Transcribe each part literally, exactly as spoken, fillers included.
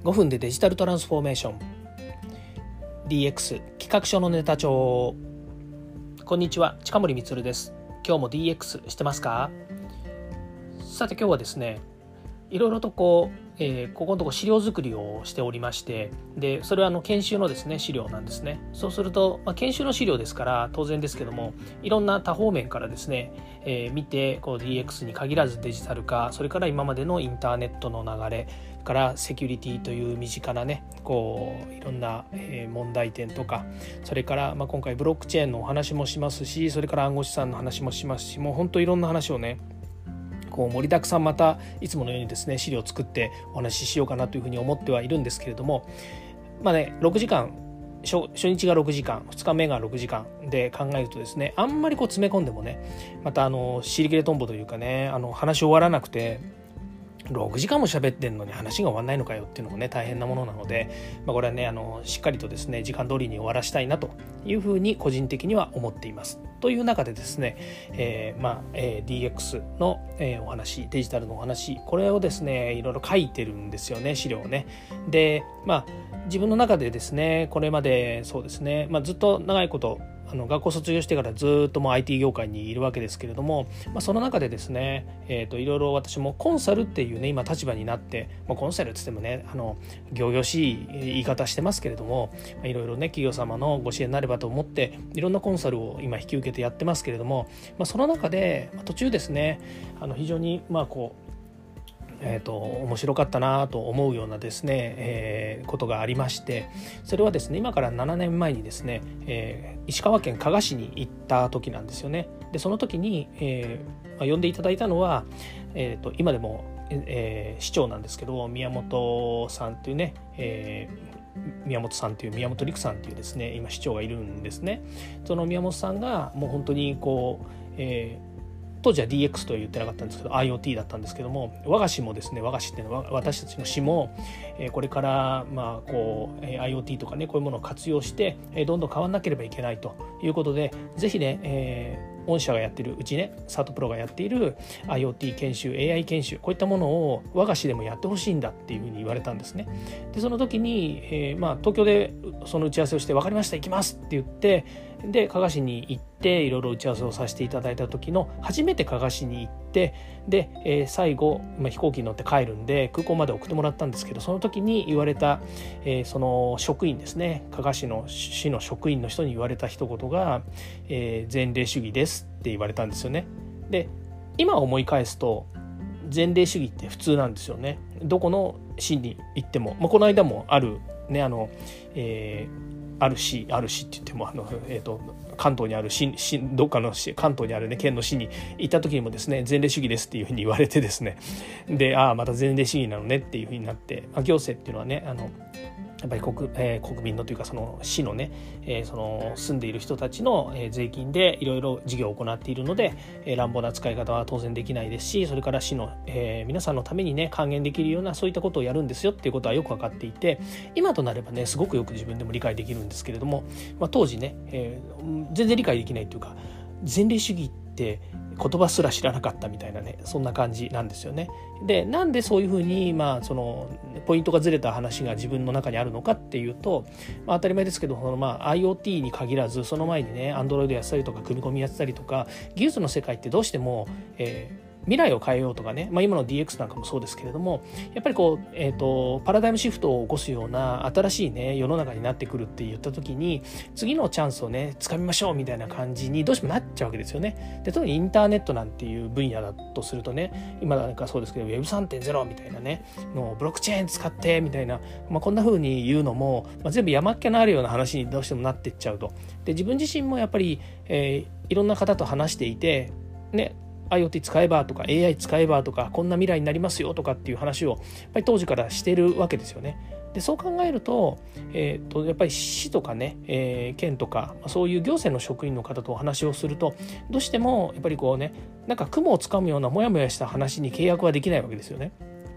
ごふんでデジタルトランスフォーメーション ディーエックス 企画書のネタ帳。こんにちは、近森光です。今日も ディーエックス してますか？さて今日はですね、いろいろとこう、えー、ここのところ資料作りをしておりまして、でそれはあの研修のですね資料なんですね。そうすると、まあ、研修の資料ですから当然ですけども、いろんな多方面からですね、えー、見てこう ディーエックス に限らずデジタル化、それから今までのインターネットの流れからセキュリティという身近なねこういろんな、えー、問題点とか、それから、まあ、今回ブロックチェーンのお話もしますし、それから暗号資産の話もしますし、もう本当いろんな話をねこう盛りだくさん、またいつものようにですね資料を作ってお話ししようかなというふうに思ってはいるんですけれども、まあねろくじかん 初, 初日がろくじかん、ふつかめがろくじかんで考えるとですね、あんまりこう詰め込んでもね、またあの尻切れトンボというかね、あの話終わらなくて、ろくじかんも喋ってんのに話が終わんないのかよっていうのもね大変なものなので、まあ、これはねあのしっかりとですね時間通りに終わらしたいなというふうに個人的には思っています。という中でですね、えーまあえー、ディーエックス の、えー、お話、デジタルのお話、これをですねいろいろ書いてるんですよね、資料をね。でまあ自分の中でですねこれまでそうですね、まあ、ずっと長いことあの学校卒業してからずっともう アイティー 業界にいるわけですけれども、まあ、その中でですね、えー、といろいろ私もコンサルっていうね今立場になって、まあ、コンサルって言ってもねあの仰々しい言い方してますけれども、まあ、いろいろね企業様のご支援になればと思っていろんなコンサルを今引き受けてやってますけれども、まあ、その中で、まあ、途中ですねあの非常にまあこうえー、と面白かったなと思うようなですね、えー、ことがありまして、それはですね今からななねんまえにですね、えー、石川県加賀市に行った時なんですよね。でその時に、えーまあ、呼んでいただいたのは、えー、と今でも、えー、市長なんですけど宮本さんというね、えー、宮本さんという宮本陸さんというですね今市長がいるんですね。その宮本さんがもう本当にこう、えー当時は ディーエックス とは言ってなかったんですけど アイオーティー だったんですけども、我が市もですね我が市っていうのは私たちの市もこれからまあこう アイオーティー とかねこういうものを活用してどんどん変わらなければいけないということで、ぜひね、えー御社がやってるうちねサートプロがやっている アイオーティー 研修 エーアイ 研修、こういったものを我が市でもやってほしいんだっていうふうに言われたんですね。でその時に、えーまあ、東京でその打ち合わせをして、分かりました行きますって言って、で加賀市に行っていろいろ打ち合わせをさせていただいた時の初めて加賀市に行って、で、えー、最後、まあ、飛行機に乗って帰るんで空港まで送ってもらったんですけど、その時に言われた、えー、その職員ですね、加賀市の市の職員の人に言われた一言が、えー、前例主義ですって言われたんですよね。で今思い返すと前例主義って普通なんですよね。どこの市に行っても、まあ、この間もあるねあの、えーある市ある市って言ってもあの、えー、と関東にある市市どっかの市関東にある、ね、県の市に行った時にもですね前例主義ですっていうふうに言われてですね、でああまた前例主義なのねっていうふうになって、まあ、行政っていうのはねあのやっぱり 国,、えー、国民のというかその市のね、えー、その住んでいる人たちの、えー、税金でいろいろ事業を行っているので、えー、乱暴な使い方は当然できないですし、それから市の、えー、皆さんのためにね還元できるようなそういったことをやるんですよっていうことはよく分かっていて、今となればねすごくよく自分でも理解できるんですけれども、まあ、当時ね、えー、全然理解できないというか、前例主義って言葉すら知らなかったみたいなねそんな感じなんですよね。でなんでそういうふうにまあそのポイントがずれた話が自分の中にあるのかっていうと、まあ、当たり前ですけどそのまあ アイオーティー に限らずその前にね Android やってたりとか組み込みやってたりとか、技術の世界ってどうしても、えー未来を変えようとかね、まあ、今の ディーエックス なんかもそうですけれども、やっぱりこう、えーと、パラダイムシフトを起こすような新しいね世の中になってくるって言った時に、次のチャンスをね掴みましょうみたいな感じにどうしてもなっちゃうわけですよね。で特にインターネットなんていう分野だとするとね、今なんかそうですけど ウェブさんてんゼロ みたいなねのブロックチェーン使ってみたいな、まあ、こんな風に言うのも、まあ、全部山っ気のあるような話にどうしてもなっていっちゃうと。で自分自身もやっぱり、えー、いろんな方と話していてね、アイオーティー 使えばとか エーアイ 使えばとかこんな未来になりますよとかっていう話をやっぱり当時からしてるわけですよね。でそう考えると、えー、とやっぱり市とかね、えー、県とかそういう行政の職員の方とお話をすると、どうしてもやっぱりこうねなんか雲をつかむようなモヤモヤした話に契約はできないわけですよね。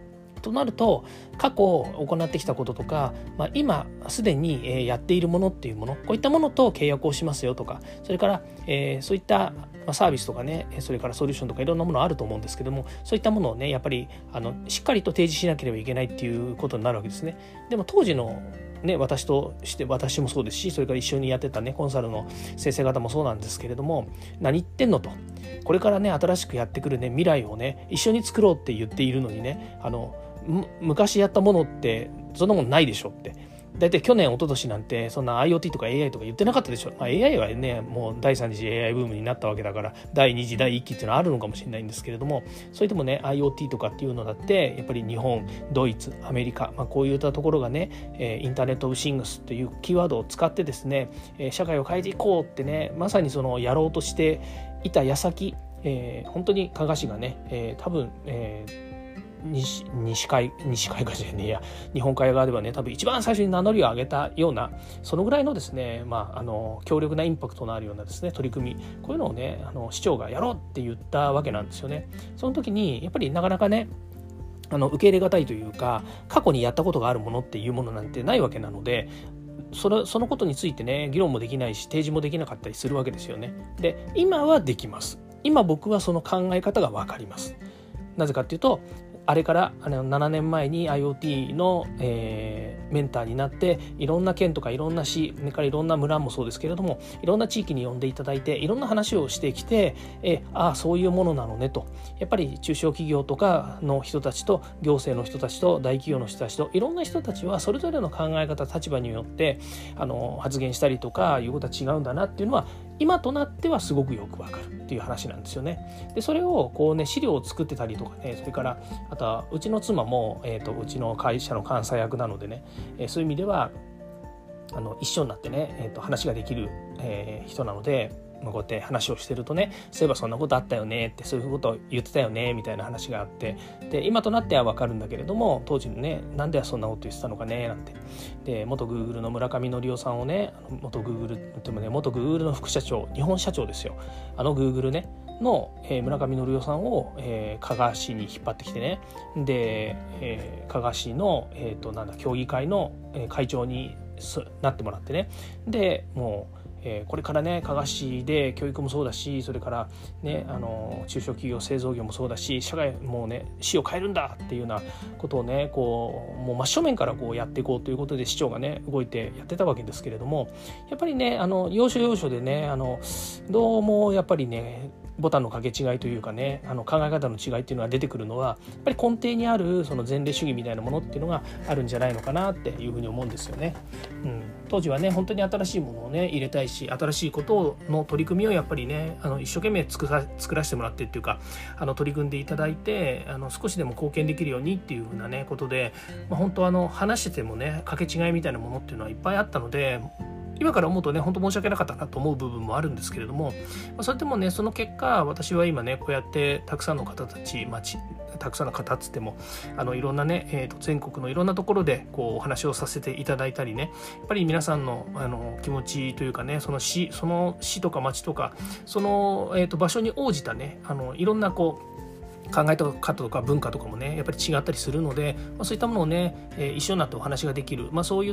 となると過去行ってきたこととか、まあ、今すでにやっているものっていうもの、こういったものと契約をしますよとか、それから、えー、そういったサービスとかね、それからソリューションとかいろんなものあると思うんですけども、そういったものをねやっぱりあのしっかりと提示しなければいけないっていうことになるわけですね。でも当時のね、私として私もそうですし、それから一緒にやってたねコンサルの先生方もそうなんですけれども、何言ってんのと、これからね新しくやってくるね未来をね一緒に作ろうって言っているのにね、あの昔やったものってそんなもんないでしょって。だいたい去年一昨年なんてそんな IoT とか エーアイ とか言ってなかったでしょ。まあ、エーアイ はねもうだいさん次 エーアイ ブームになったわけだから、だいに次だいいっ期っていうのはあるのかもしれないんですけれども、それでもね IoT とかっていうのだってやっぱり日本、ドイツ、アメリカ、まあ、こういったところがね、えー、インターネット・オブ・シングスというキーワードを使ってですね、えー、社会を変えていこうってね、まさにそのやろうとしていた矢先、えー、本当に加賀市がね、えー、多分、えー西, 西海西海岸じゃねえや日本海側ではね多分一番最初に名乗りを上げたような、そのぐらいのですね、まあ、あの強力なインパクトのあるようなですね取り組み、こういうのをねあの市長がやろうって言ったわけなんですよね。その時にやっぱりなかなかねあの受け入れがたいというか、過去にやったことがあるものっていうものなんてないわけなので、それそのことについてね議論もできないし提示もできなかったりするわけですよね。で今はできます。今僕はその考え方が分かります。なぜかっていうと、あれからあのななねんまえに IoT の、えー、メンターになって、いろんな県とかいろんな市、それからいろんな村もそうですけれども、いろんな地域に呼んでいただいていろんな話をしてきて、えああそういうものなのねと、やっぱり中小企業とかの人たちと行政の人たちと大企業の人たちといろんな人たちはそれぞれの考え方、立場によってあの発言したりとかいうことは違うんだなっていうのは今となってはすごくよくわかるっていう話なんですよね。でそれをこうね資料を作ってたりとかね、それからあとはうちの妻も、えー、とうちの会社の監査役なのでね、えー、そういう意味ではあの一緒になってね、えー、と話ができる、えー、人なので、まあ、こうやって話をしてるとね、そういえばそんなことあったよねって、そういうことを言ってたよねみたいな話があって、で今となっては分かるんだけれども、当時のねなんでそんなこと言ってたのかねなんて。で元 Google の村上則夫さんをね、元 Google ってもね元 Google の副社長、日本社長ですよ、あの Google ねの、えー、村上則夫さんを、えー、加賀市に引っ張ってきてね、で、えー、加賀市の、えー、となんだ協議会の、えー、会長になってもらってね、でもうえー、これからね加賀市で教育もそうだし、それからねあの中小企業製造業もそうだし、社会もうね市を変えるんだっていうようなことをねこうもう真正面からこうやっていこうということで市長がね動いてやってたわけですけれども、やっぱりねあの要所要所でねあのどうもやっぱりねボタンの掛け違いというかね、あの考え方の違いっていうのが出てくるのは、やっぱり根底にあるその前例主義みたいなものっていうのがあるんじゃないのかなっていうふうに思うんですよね。うん、当時はね本当に新しいものをね入れたいし、新しいことの取り組みをやっぱりねあの一生懸命作ら作らせてもらってっていうか、あの取り組んでいただいて、あの少しでも貢献できるようにっていうふうなねことで、まあ、本当あの話しててもね掛け違いみたいなものっていうのはいっぱいあったので、今から思うとね本当申し訳なかったなと思う部分もあるんですけれども、まあ、それでもねその結果私は今ねこうやってたくさんの方たち、まあ、ちたくさんの方っつってもあのいろんなね、えー、と全国のいろんなところでこうお話をさせていただいたりね、やっぱり皆さんの、あの気持ちというかね、その市その市とか町とかその、えー、と場所に応じたねあのいろんなこう考え方とか文化とかもねやっぱり違ったりするので、まあ、そういったものをね、えー、一緒になってお話ができる、まあ、そういった、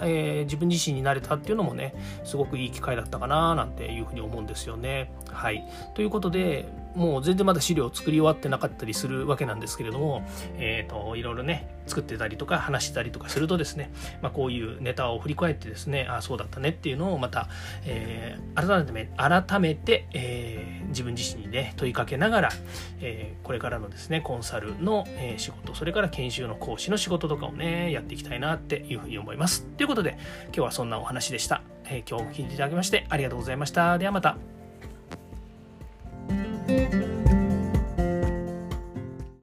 えー、自分自身になれたっていうのもねすごくいい機会だったかななんていうふうに思うんですよね。はい、ということでもう全然まだ資料を作り終わってなかったりするわけなんですけれども、えーと、いろいろね作ってたりとか話してたりとかするとですね、まあ、こういうネタを振り返ってですね、ああそうだったねっていうのをまた、えー、改めて改めて、えー、自分自身にね問いかけながら、えー、これからのですねコンサルの、えー、仕事、それから研修の講師の仕事とかをねやっていきたいなっていうふうに思います。ということで今日はそんなお話でした。えー、今日も聞いていただきましてありがとうございました。ではまた。